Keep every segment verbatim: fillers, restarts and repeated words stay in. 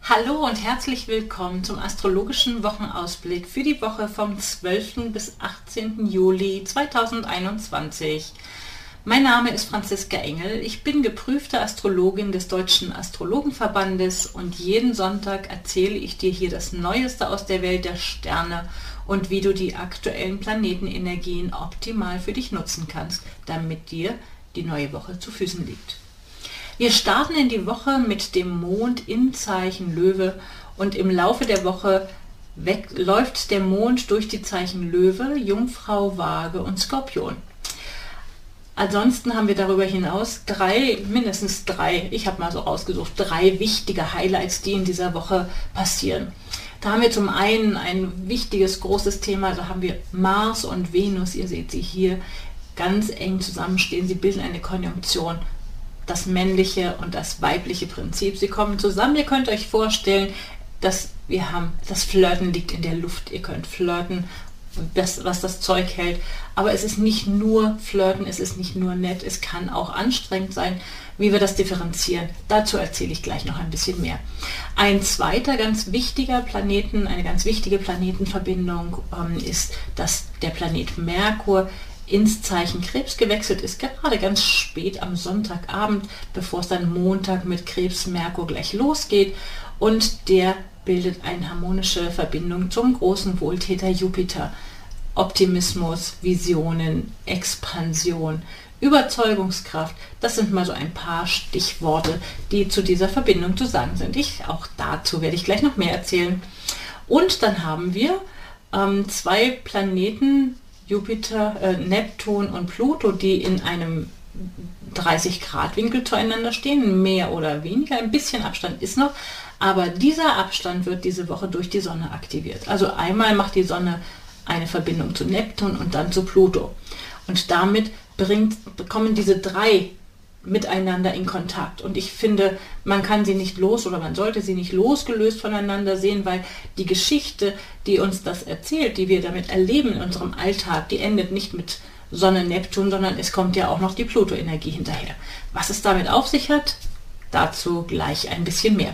Hallo und herzlich willkommen zum astrologischen Wochenausblick für die Woche vom zwölften bis achtzehnten Juli zweitausendeinundzwanzig. Mein Name ist Franziska Engel, ich bin geprüfte Astrologin des Deutschen Astrologenverbandes und jeden Sonntag erzähle ich dir hier das Neueste aus der Welt der Sterne und wie du die aktuellen Planetenenergien optimal für dich nutzen kannst, damit dir die neue Woche zu Füßen liegt. Wir starten in die Woche mit dem Mond im Zeichen Löwe und im Laufe der Woche weg, läuft der Mond durch die Zeichen Löwe, Jungfrau, Waage und Skorpion. Ansonsten haben wir darüber hinaus drei, mindestens drei, ich habe mal so rausgesucht, drei wichtige Highlights, die in dieser Woche passieren. Da haben wir zum einen ein wichtiges, großes Thema, da haben wir Mars und Venus, ihr seht sie hier, ganz eng zusammenstehen, sie bilden eine Konjunktion. Das männliche und das weibliche Prinzip, sie kommen zusammen. Ihr könnt euch vorstellen, dass wir haben, das Flirten liegt in der Luft. Ihr könnt flirten, das, was das Zeug hält. Aber es ist nicht nur Flirten, es ist nicht nur nett, es kann auch anstrengend sein. Wie wir das differenzieren, dazu erzähle ich gleich noch ein bisschen mehr. Ein zweiter ganz wichtiger Planeten, eine ganz wichtige Planetenverbindung ähm, ist, dass der Planet Merkur ins Zeichen Krebs gewechselt ist, gerade ganz spät am Sonntagabend, bevor es dann Montag mit Krebs Merkur gleich losgeht, und der bildet eine harmonische Verbindung zum großen Wohltäter Jupiter. Optimismus, Visionen, Expansion, Überzeugungskraft, das sind mal so ein paar Stichworte, die zu dieser Verbindung zu sagen sind. Ich, auch dazu werde ich gleich noch mehr erzählen. Und dann haben wir ähm, zwei Planeten, Jupiter, äh, Neptun und Pluto, die in einem dreißig Grad Winkel zueinander stehen, mehr oder weniger, ein bisschen Abstand ist noch, aber dieser Abstand wird diese Woche durch die Sonne aktiviert. Also einmal macht die Sonne eine Verbindung zu Neptun und dann zu Pluto. Und damit bringt, bekommen diese drei miteinander in Kontakt. Und ich finde, man kann sie nicht los oder man sollte sie nicht losgelöst voneinander sehen, weil die Geschichte, die uns das erzählt, die wir damit erleben in unserem Alltag, die endet nicht mit Sonne, Neptun, sondern es kommt ja auch noch die Pluto-Energie hinterher. Was es damit auf sich hat, dazu gleich ein bisschen mehr.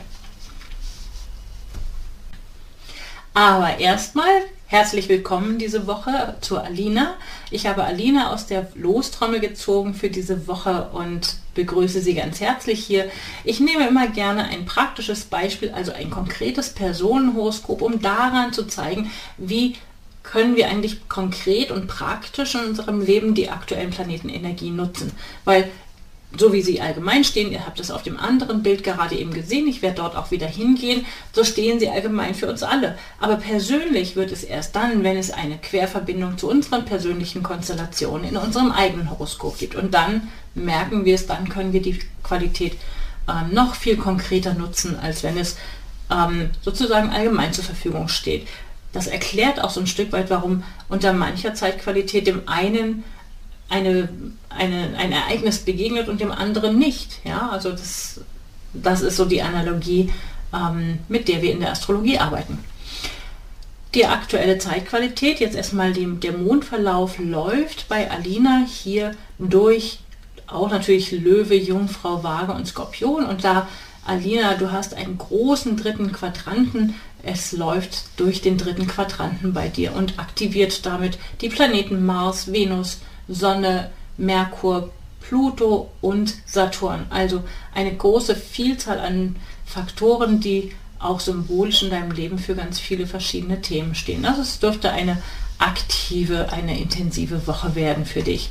Aber erstmal herzlich willkommen diese Woche zu Alina. Ich habe Alina aus der Lostrommel gezogen für diese Woche und begrüße sie ganz herzlich hier. Ich nehme immer gerne ein praktisches Beispiel, also ein konkretes Personenhoroskop, um daran zu zeigen, wie können wir eigentlich konkret und praktisch in unserem Leben die aktuellen Planetenenergien nutzen. Weil so wie sie allgemein stehen, ihr habt es auf dem anderen Bild gerade eben gesehen, ich werde dort auch wieder hingehen, so stehen sie allgemein für uns alle. Aber persönlich wird es erst dann, wenn es eine Querverbindung zu unseren persönlichen Konstellationen in unserem eigenen Horoskop gibt. Und dann merken wir es, dann können wir die Qualität äh, noch viel konkreter nutzen, als wenn es ähm, sozusagen allgemein zur Verfügung steht. Das erklärt auch so ein Stück weit, warum unter mancher Zeitqualität dem einen Eine, eine, ein Ereignis begegnet und dem anderen nicht. Ja, also das, das ist so die Analogie, ähm, mit der wir in der Astrologie arbeiten. Die aktuelle Zeitqualität, jetzt erstmal die, der Mondverlauf läuft bei Alina hier durch auch natürlich Löwe, Jungfrau, Waage und Skorpion. Und da, Alina, du hast einen großen dritten Quadranten, es läuft durch den dritten Quadranten bei dir und aktiviert damit die Planeten Mars, Venus, Sonne, Merkur, Pluto und Saturn. Also eine große Vielzahl an Faktoren, die auch symbolisch in deinem Leben für ganz viele verschiedene Themen stehen. Also es dürfte eine aktive, eine intensive Woche werden für dich.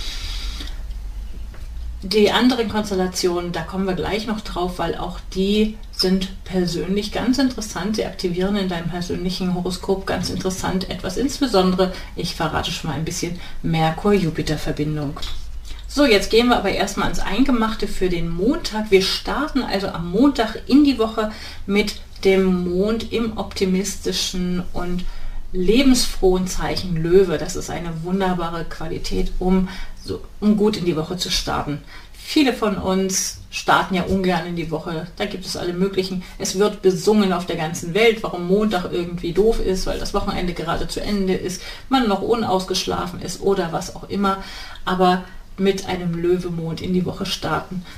Die anderen Konstellationen, da kommen wir gleich noch drauf, weil auch die sind persönlich ganz interessant. Sie aktivieren in deinem persönlichen Horoskop ganz interessant etwas. Insbesondere, ich verrate schon mal ein bisschen, Merkur-Jupiter-Verbindung. So, jetzt gehen wir aber erstmal ans Eingemachte für den Montag. Wir starten also am Montag in die Woche mit dem Mond im optimistischen und lebensfrohen Zeichen Löwe. Das ist eine wunderbare Qualität, um, so, um gut in die Woche zu starten. Viele von uns starten ja ungern in die Woche, da gibt es alle möglichen. Es wird besungen auf der ganzen Welt, warum Montag irgendwie doof ist, weil das Wochenende gerade zu Ende ist, man noch unausgeschlafen ist oder was auch immer. Aber mit einem Löwemond in die Woche starten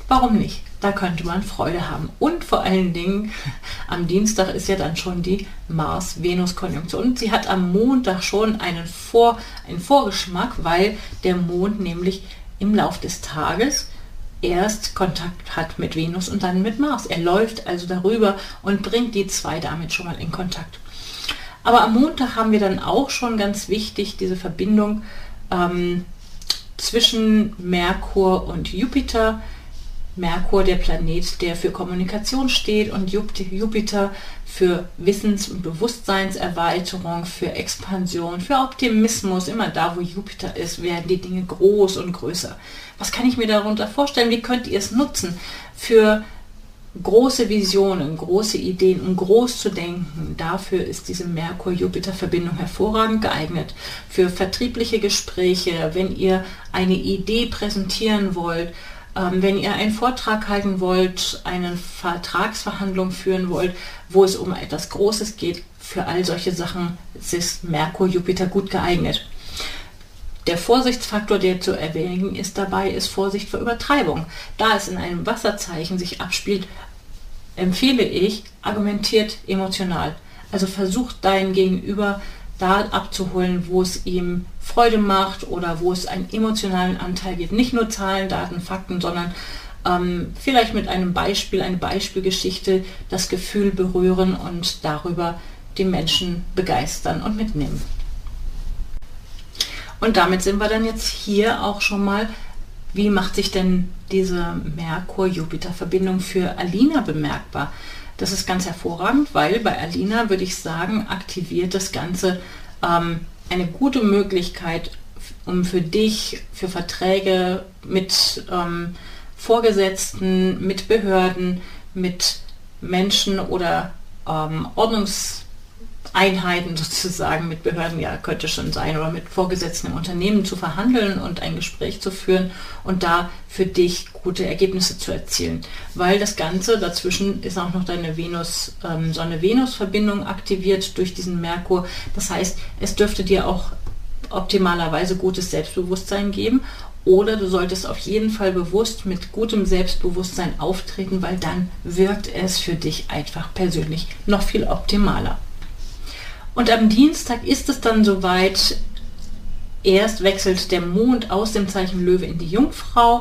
Warum nicht? Da könnte man Freude haben. Und vor allen Dingen, am Dienstag ist ja dann schon die Mars-Venus-Konjunktion. Und sie hat am Montag schon einen, Vor, einen Vorgeschmack, weil der Mond nämlich im Lauf des Tages erst Kontakt hat mit Venus und dann mit Mars. Er läuft also darüber und bringt die zwei damit schon mal in Kontakt. Aber am Montag haben wir dann auch schon ganz wichtig diese Verbindung ähm, zwischen Merkur und Jupiter. Merkur, der Planet, der für Kommunikation steht, und Jupiter für Wissens- und Bewusstseinserweiterung, für Expansion, für Optimismus. Immer da, wo Jupiter ist, werden die Dinge groß und größer. Was kann ich mir darunter vorstellen? Wie könnt ihr es nutzen? Für große Visionen, große Ideen, um groß zu denken. Dafür ist diese Merkur-Jupiter-Verbindung hervorragend geeignet. Für vertriebliche Gespräche, wenn ihr eine Idee präsentieren wollt, wenn ihr einen Vortrag halten wollt, eine Vertragsverhandlung führen wollt, wo es um etwas Großes geht, für all solche Sachen ist Merkur, Jupiter gut geeignet. Der Vorsichtsfaktor, der zu erwähnen ist dabei, ist Vorsicht vor Übertreibung. Da es in einem Wasserzeichen sich abspielt, empfehle ich, argumentiert emotional. Also versucht dein Gegenüber da abzuholen, wo es ihm Freude macht oder wo es einen emotionalen Anteil gibt. Nicht nur Zahlen, Daten, Fakten, sondern ähm, vielleicht mit einem Beispiel, eine Beispielgeschichte, das Gefühl berühren und darüber die Menschen begeistern und mitnehmen. Und damit sind wir dann jetzt hier auch schon mal, wie macht sich denn diese Merkur-Jupiter-Verbindung für Alina bemerkbar? Das ist ganz hervorragend, weil bei Alina, würde ich sagen, aktiviert das Ganze ähm, eine gute Möglichkeit, um für dich, für Verträge mit ähm, Vorgesetzten, mit Behörden, mit Menschen oder ähm, Ordnungseinheiten sozusagen, mit Behörden, ja, könnte schon sein, oder mit Vorgesetzten im Unternehmen zu verhandeln und ein Gespräch zu führen und da für dich gute Ergebnisse zu erzielen. Weil das Ganze, dazwischen ist auch noch deine Venus, ähm, Sonne-Venus-Verbindung aktiviert durch diesen Merkur. Das heißt, es dürfte dir auch optimalerweise gutes Selbstbewusstsein geben, oder du solltest auf jeden Fall bewusst mit gutem Selbstbewusstsein auftreten, weil dann wirkt es für dich einfach persönlich noch viel optimaler. Und am Dienstag ist es dann soweit, erst wechselt der Mond aus dem Zeichen Löwe in die Jungfrau.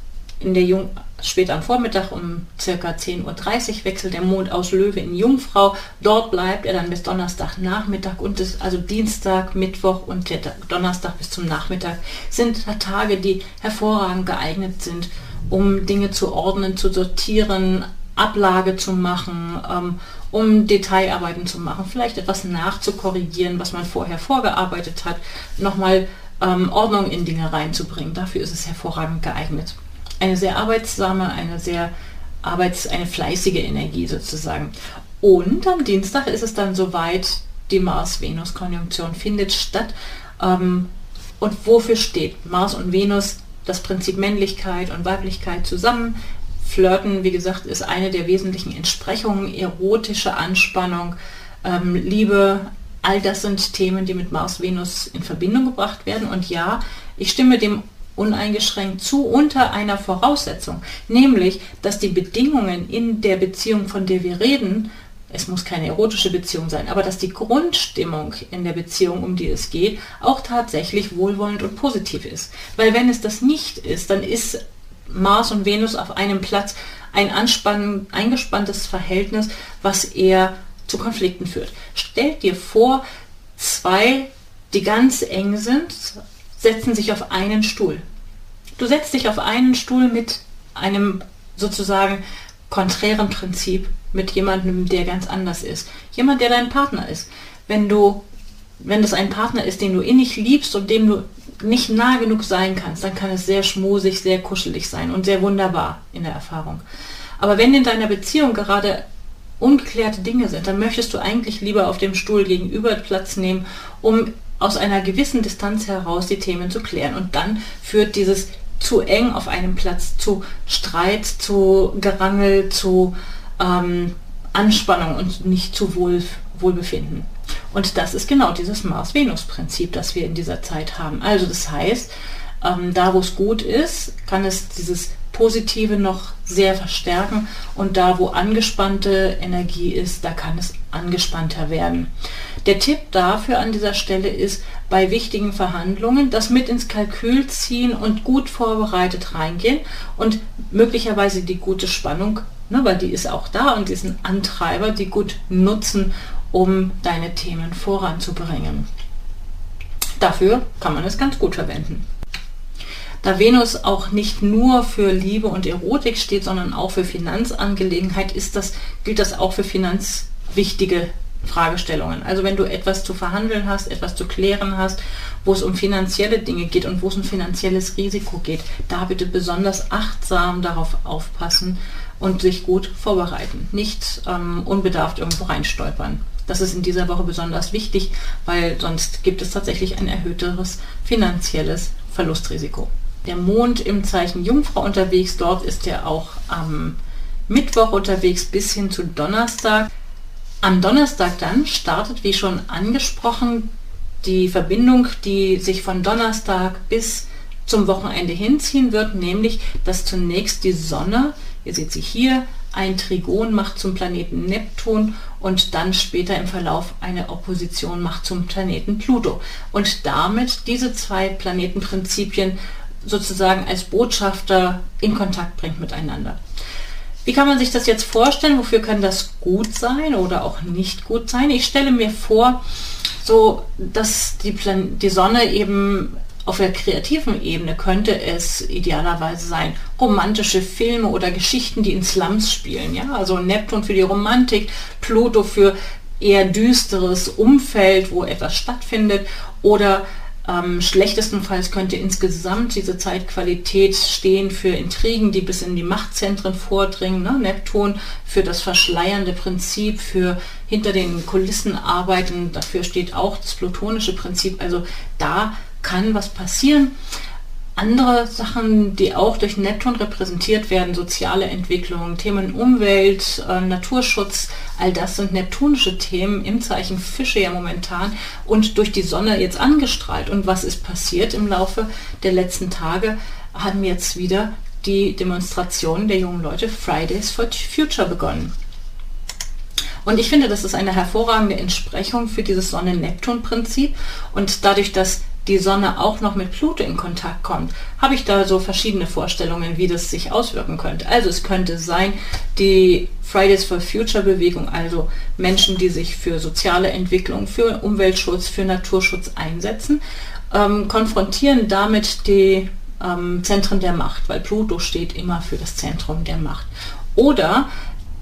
In der Jung später am Vormittag um ca. zehn Uhr dreißig wechselt der Mond aus Löwe in Jungfrau. Dort bleibt er dann bis Donnerstagnachmittag, und das, also Dienstag, Mittwoch und der Donnerstag bis zum Nachmittag sind Tage, die hervorragend geeignet sind, um Dinge zu ordnen, zu sortieren, Ablage zu machen, ähm, um Detailarbeiten zu machen, vielleicht etwas nachzukorrigieren, was man vorher vorgearbeitet hat, nochmal ähm, Ordnung in Dinge reinzubringen. Dafür ist es hervorragend geeignet. Eine sehr arbeitsame, eine sehr arbeits-, eine fleißige Energie sozusagen. Und am Dienstag ist es dann soweit, die Mars-Venus-Konjunktion findet statt. Ähm, und wofür steht Mars und Venus? Das Prinzip Männlichkeit und Weiblichkeit zusammen. Flirten, wie gesagt, ist eine der wesentlichen Entsprechungen, erotische Anspannung, ähm, Liebe, all das sind Themen, die mit Mars, Venus in Verbindung gebracht werden. Und ja, ich stimme dem uneingeschränkt zu, unter einer Voraussetzung, nämlich, dass die Bedingungen in der Beziehung, von der wir reden, es muss keine erotische Beziehung sein, aber dass die Grundstimmung in der Beziehung, um die es geht, auch tatsächlich wohlwollend und positiv ist. Weil wenn es das nicht ist, dann ist Mars und Venus auf einem Platz ein anspann- eingespanntes Verhältnis, was eher zu Konflikten führt. Stellt dir vor, zwei, die ganz eng sind, setzen sich auf einen Stuhl. Du setzt dich auf einen Stuhl mit einem sozusagen konträren Prinzip, mit jemandem, der ganz anders ist. Jemand, der dein Partner ist. Wenn du, wenn das ein Partner ist, den du innig liebst und dem du nicht nah genug sein kannst, dann kann es sehr schmusig, sehr kuschelig sein und sehr wunderbar in der Erfahrung. Aber wenn in deiner Beziehung gerade ungeklärte Dinge sind, dann möchtest du eigentlich lieber auf dem Stuhl gegenüber Platz nehmen, um aus einer gewissen Distanz heraus die Themen zu klären. Und dann führt dieses zu eng auf einem Platz zu Streit, zu Gerangel, zu ähm, Anspannung und nicht zu Wohl, Wohlbefinden. Und das ist genau dieses Mars-Venus-Prinzip, das wir in dieser Zeit haben. Also das heißt, ähm, da wo es gut ist, kann es dieses Positive noch sehr verstärken und da, wo angespannte Energie ist, da kann es angespannter werden. Der Tipp dafür an dieser Stelle ist, bei wichtigen Verhandlungen das mit ins Kalkül ziehen und gut vorbereitet reingehen und möglicherweise die gute Spannung, ne, weil die ist auch da und diesen Antreiber, die gut nutzen, um deine Themen voranzubringen. Dafür kann man es ganz gut verwenden. Da Venus auch nicht nur für Liebe und Erotik steht, sondern auch für Finanzangelegenheit, ist das, gilt das auch für finanzwichtige Fragestellungen. Also wenn du etwas zu verhandeln hast, etwas zu klären hast, wo es um finanzielle Dinge geht und wo es um finanzielles Risiko geht, da bitte besonders achtsam darauf aufpassen und sich gut vorbereiten. Nicht ähm, unbedarft irgendwo reinstolpern. Das ist in dieser Woche besonders wichtig, weil sonst gibt es tatsächlich ein erhöhteres finanzielles Verlustrisiko. Der Mond im Zeichen Jungfrau unterwegs, dort ist er auch am Mittwoch unterwegs bis hin zu Donnerstag. Am Donnerstag dann startet, wie schon angesprochen, die Verbindung, die sich von Donnerstag bis zum Wochenende hinziehen wird, nämlich, dass zunächst die Sonne, ihr seht sie hier, ein Trigon macht zum Planeten Neptun und dann später im Verlauf eine Opposition macht zum Planeten Pluto. Und damit diese zwei Planetenprinzipien sozusagen als Botschafter in Kontakt bringt miteinander. Wie kann man sich das jetzt vorstellen? Wofür kann das gut sein oder auch nicht gut sein? Ich stelle mir vor, so dass die, Plan- die Sonne eben auf der kreativen Ebene könnte es idealerweise sein, romantische Filme oder Geschichten, die in Slums spielen. Ja? Also Neptun für die Romantik, Pluto für eher düsteres Umfeld, wo etwas stattfindet, oder ähm, schlechtestenfalls könnte insgesamt diese Zeitqualität stehen für Intrigen, die bis in die Machtzentren vordringen. Ne? Neptun für das verschleiernde Prinzip, für hinter den Kulissen arbeiten, dafür steht auch das plutonische Prinzip. Also da kann was passieren. Andere Sachen, die auch durch Neptun repräsentiert werden, soziale Entwicklung, Themen Umwelt, äh, Naturschutz, all das sind neptunische Themen im Zeichen Fische ja momentan und durch die Sonne jetzt angestrahlt. Und was ist passiert im Laufe der letzten Tage? Haben jetzt wieder die Demonstrationen der jungen Leute Fridays for Future begonnen. Und ich finde, das ist eine hervorragende Entsprechung für dieses Sonne-Neptun-Prinzip und dadurch, dass die Sonne auch noch mit Pluto in Kontakt kommt, habe ich da so verschiedene Vorstellungen, wie das sich auswirken könnte. Also es könnte sein, die Fridays for Future Bewegung, also Menschen, die sich für soziale Entwicklung, für Umweltschutz, für Naturschutz einsetzen, ähm, konfrontieren damit die ähm, Zentren der Macht, weil Pluto steht immer für das Zentrum der Macht. Oder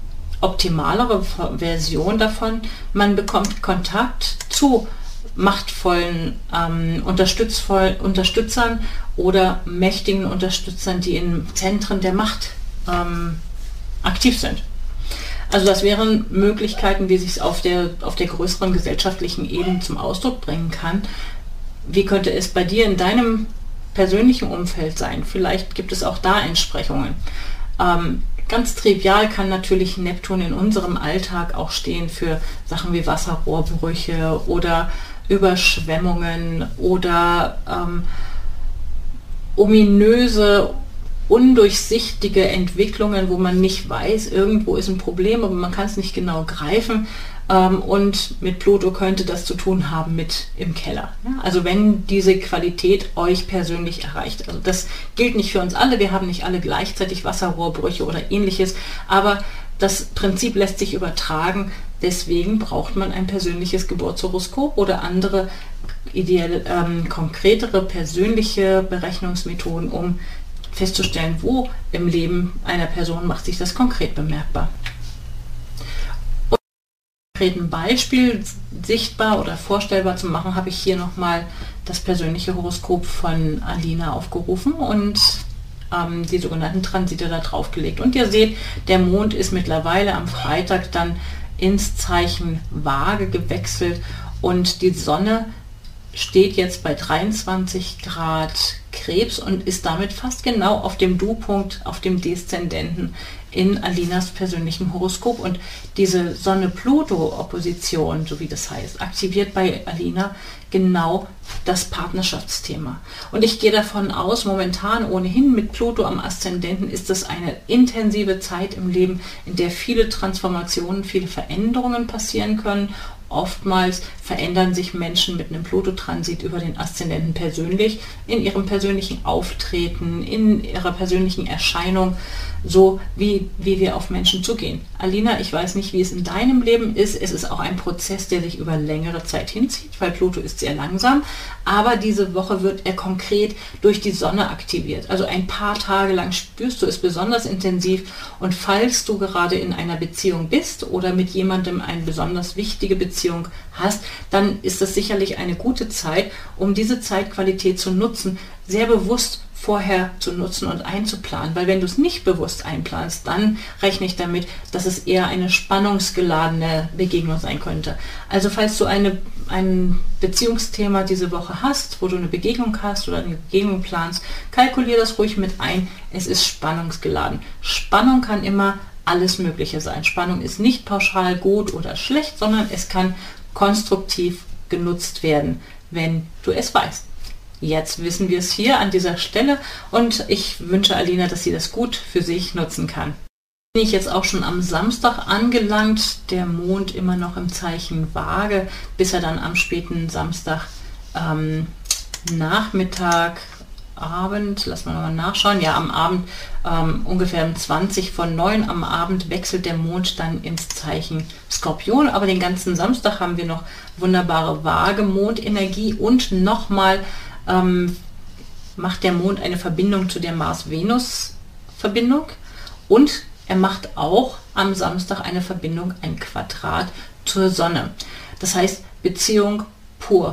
optimalere Version davon, man bekommt Kontakt zu machtvollen ähm, Unterstützern oder mächtigen Unterstützern, die in Zentren der Macht ähm, aktiv sind. Also das wären Möglichkeiten, wie sich es auf der, auf der größeren gesellschaftlichen Ebene zum Ausdruck bringen kann. Wie könnte es bei dir in deinem persönlichen Umfeld sein? Vielleicht gibt es auch da Entsprechungen. Ähm, Ganz trivial kann natürlich Neptun in unserem Alltag auch stehen für Sachen wie Wasserrohrbrüche oder Überschwemmungen oder ähm, ominöse, undurchsichtige Entwicklungen, wo man nicht weiß, irgendwo ist ein Problem, aber man kann es nicht genau greifen. Ähm, und mit Pluto könnte das zu tun haben mit im Keller. Ja? Also wenn diese Qualität euch persönlich erreicht. Also das gilt nicht für uns alle, wir haben nicht alle gleichzeitig Wasserrohrbrüche oder ähnliches, aber das Prinzip lässt sich übertragen, deswegen braucht man ein persönliches Geburtshoroskop oder andere ideell ähm, konkretere persönliche Berechnungsmethoden, um festzustellen, wo im Leben einer Person macht sich das konkret bemerkbar. Um ein konkretes Beispiel sichtbar oder vorstellbar zu machen, habe ich hier nochmal das persönliche Horoskop von Alina aufgerufen und ähm, die sogenannten Transite da draufgelegt. Und ihr seht, der Mond ist mittlerweile am Freitag dann ins Zeichen Waage gewechselt und die Sonne steht jetzt bei dreiundzwanzig Grad Krebs und ist damit fast genau auf dem Du-Punkt, auf dem Deszendenten in Alinas persönlichem Horoskop. Und diese Sonne-Pluto-Opposition, so wie das heißt, aktiviert bei Alina genau das Partnerschaftsthema. Und ich gehe davon aus, momentan ohnehin mit Pluto am Aszendenten ist das eine intensive Zeit im Leben, in der viele Transformationen, viele Veränderungen passieren können. Oftmals verändern sich Menschen mit einem Pluto-Transit über den Aszendenten persönlich, in ihrem persönlichen Auftreten, in ihrer persönlichen Erscheinung, so wie, wie wir auf Menschen zugehen. Alina, ich weiß nicht, wie es in deinem Leben ist. Es ist auch ein Prozess, der sich über längere Zeit hinzieht, weil Pluto ist sehr langsam. Aber diese Woche wird er konkret durch die Sonne aktiviert. Also ein paar Tage lang spürst du es besonders intensiv. Und falls du gerade in einer Beziehung bist oder mit jemandem eine besonders wichtige Beziehung hast, dann ist das sicherlich eine gute Zeit, um diese Zeitqualität zu nutzen, sehr bewusst vorher zu nutzen und einzuplanen, weil wenn du es nicht bewusst einplanst, dann rechne ich damit, dass es eher eine spannungsgeladene Begegnung sein könnte. Also falls du eine, ein Beziehungsthema diese Woche hast, wo du eine Begegnung hast oder eine Begegnung planst, kalkulier das ruhig mit ein, es ist spannungsgeladen. Spannung kann immer alles Mögliche sein. Spannung ist nicht pauschal gut oder schlecht, sondern es kann konstruktiv genutzt werden, wenn du es weißt. Jetzt wissen wir es hier an dieser Stelle und ich wünsche Alina, dass sie das gut für sich nutzen kann. Bin ich jetzt auch schon am Samstag angelangt, der Mond immer noch im Zeichen Waage, bis er dann am späten Samstag ähm, Nachmittag, Abend, lassen wir nochmal nachschauen, ja am Abend ähm, ungefähr um zwanzig vor neun am Abend wechselt der Mond dann ins Zeichen Skorpion, aber den ganzen Samstag haben wir noch wunderbare Waage-Mondenergie und nochmal Ähm, macht der Mond eine Verbindung zu der Mars-Venus-Verbindung und er macht auch am Samstag eine Verbindung, ein Quadrat zur Sonne. Das heißt Beziehung pur.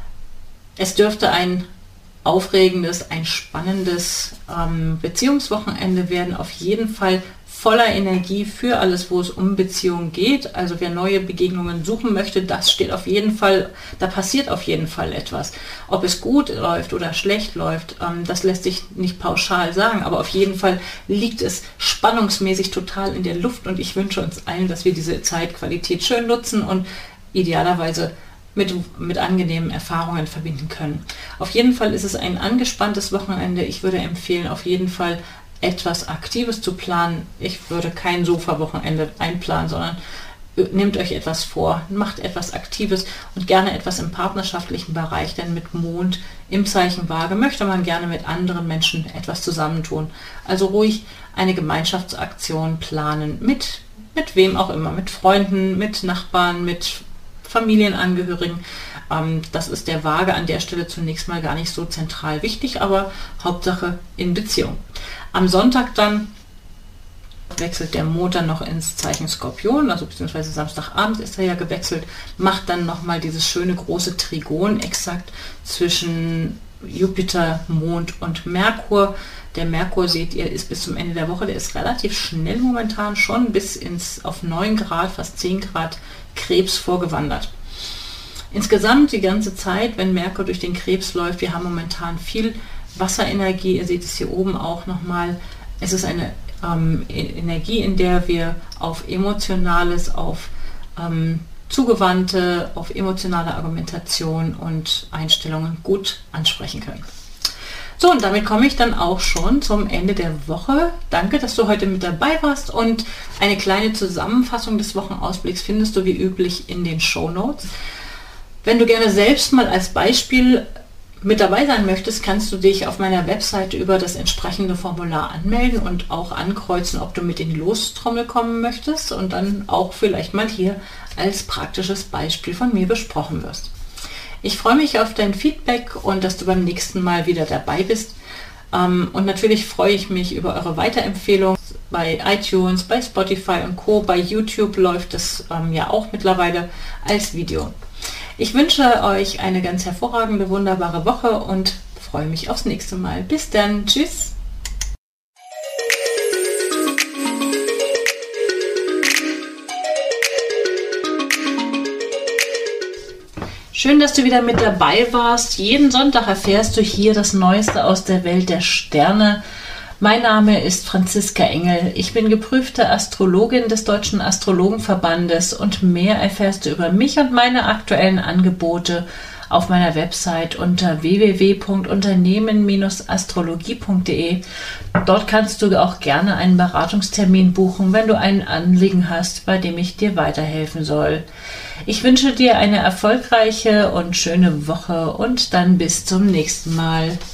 Es dürfte ein aufregendes, ein spannendes ähm, Beziehungswochenende werden, auf jeden Fall voller Energie für alles, wo es um Beziehungen geht. Also wer neue Begegnungen suchen möchte, das steht auf jeden Fall, da passiert auf jeden Fall etwas. Ob es gut läuft oder schlecht läuft, ähm, das lässt sich nicht pauschal sagen, aber auf jeden Fall liegt es spannungsmäßig total in der Luft und ich wünsche uns allen, dass wir diese Zeitqualität schön nutzen und idealerweise mit, mit angenehmen Erfahrungen verbinden können. Auf jeden Fall ist es ein angespanntes Wochenende. Ich würde empfehlen, auf jeden Fall etwas Aktives zu planen. Ich würde kein Sofa-Wochenende einplanen, sondern nehmt euch etwas vor, macht etwas Aktives und gerne etwas im partnerschaftlichen Bereich, denn mit Mond im Zeichen Waage möchte man gerne mit anderen Menschen etwas zusammentun. Also ruhig eine Gemeinschaftsaktion planen, mit, mit wem auch immer, mit Freunden, mit Nachbarn, mit Familienangehörigen. Ähm, das ist der Waage an der Stelle zunächst mal gar nicht so zentral wichtig, aber Hauptsache in Beziehung. Am Sonntag dann wechselt der Mond dann noch ins Zeichen Skorpion, also beziehungsweise Samstagabend ist er ja gewechselt, macht dann nochmal dieses schöne große Trigon exakt zwischen Jupiter, Mond und Merkur. Der Merkur, seht ihr, ist bis zum Ende der Woche, der ist relativ schnell momentan schon bis ins auf neun Grad, fast zehn Grad Krebs vorgewandert. Insgesamt die ganze Zeit, wenn Merkur durch den Krebs läuft, wir haben momentan viel Wasserenergie, ihr seht es hier oben auch nochmal, es ist eine ähm, Energie, in der wir auf Emotionales, auf ähm, Zugewandte, auf emotionale Argumentation und Einstellungen gut ansprechen können. So, und damit komme ich dann auch schon zum Ende der Woche. Danke, dass du heute mit dabei warst und eine kleine Zusammenfassung des Wochenausblicks findest du wie üblich in den Shownotes. Wenn du gerne selbst mal als Beispiel mit dabei sein möchtest, kannst du dich auf meiner Webseite über das entsprechende Formular anmelden und auch ankreuzen, ob du mit in die Lostrommel kommen möchtest und dann auch vielleicht mal hier als praktisches Beispiel von mir besprochen wirst. Ich freue mich auf dein Feedback und dass du beim nächsten Mal wieder dabei bist. Und natürlich freue ich mich über eure Weiterempfehlung bei iTunes, bei Spotify und Co. Bei YouTube läuft es ja auch mittlerweile als Video. Ich wünsche euch eine ganz hervorragende, wunderbare Woche und freue mich aufs nächste Mal. Bis dann. Tschüss. Schön, dass du wieder mit dabei warst. Jeden Sonntag erfährst du hier das Neueste aus der Welt der Sterne. Mein Name ist Franziska Engel. Ich bin geprüfte Astrologin des Deutschen Astrologenverbandes und mehr erfährst du über mich und meine aktuellen Angebote auf meiner Website unter w w w punkt unternehmen Bindestrich astrologie punkt de. Dort kannst du auch gerne einen Beratungstermin buchen, wenn du ein Anliegen hast, bei dem ich dir weiterhelfen soll. Ich wünsche dir eine erfolgreiche und schöne Woche und dann bis zum nächsten Mal.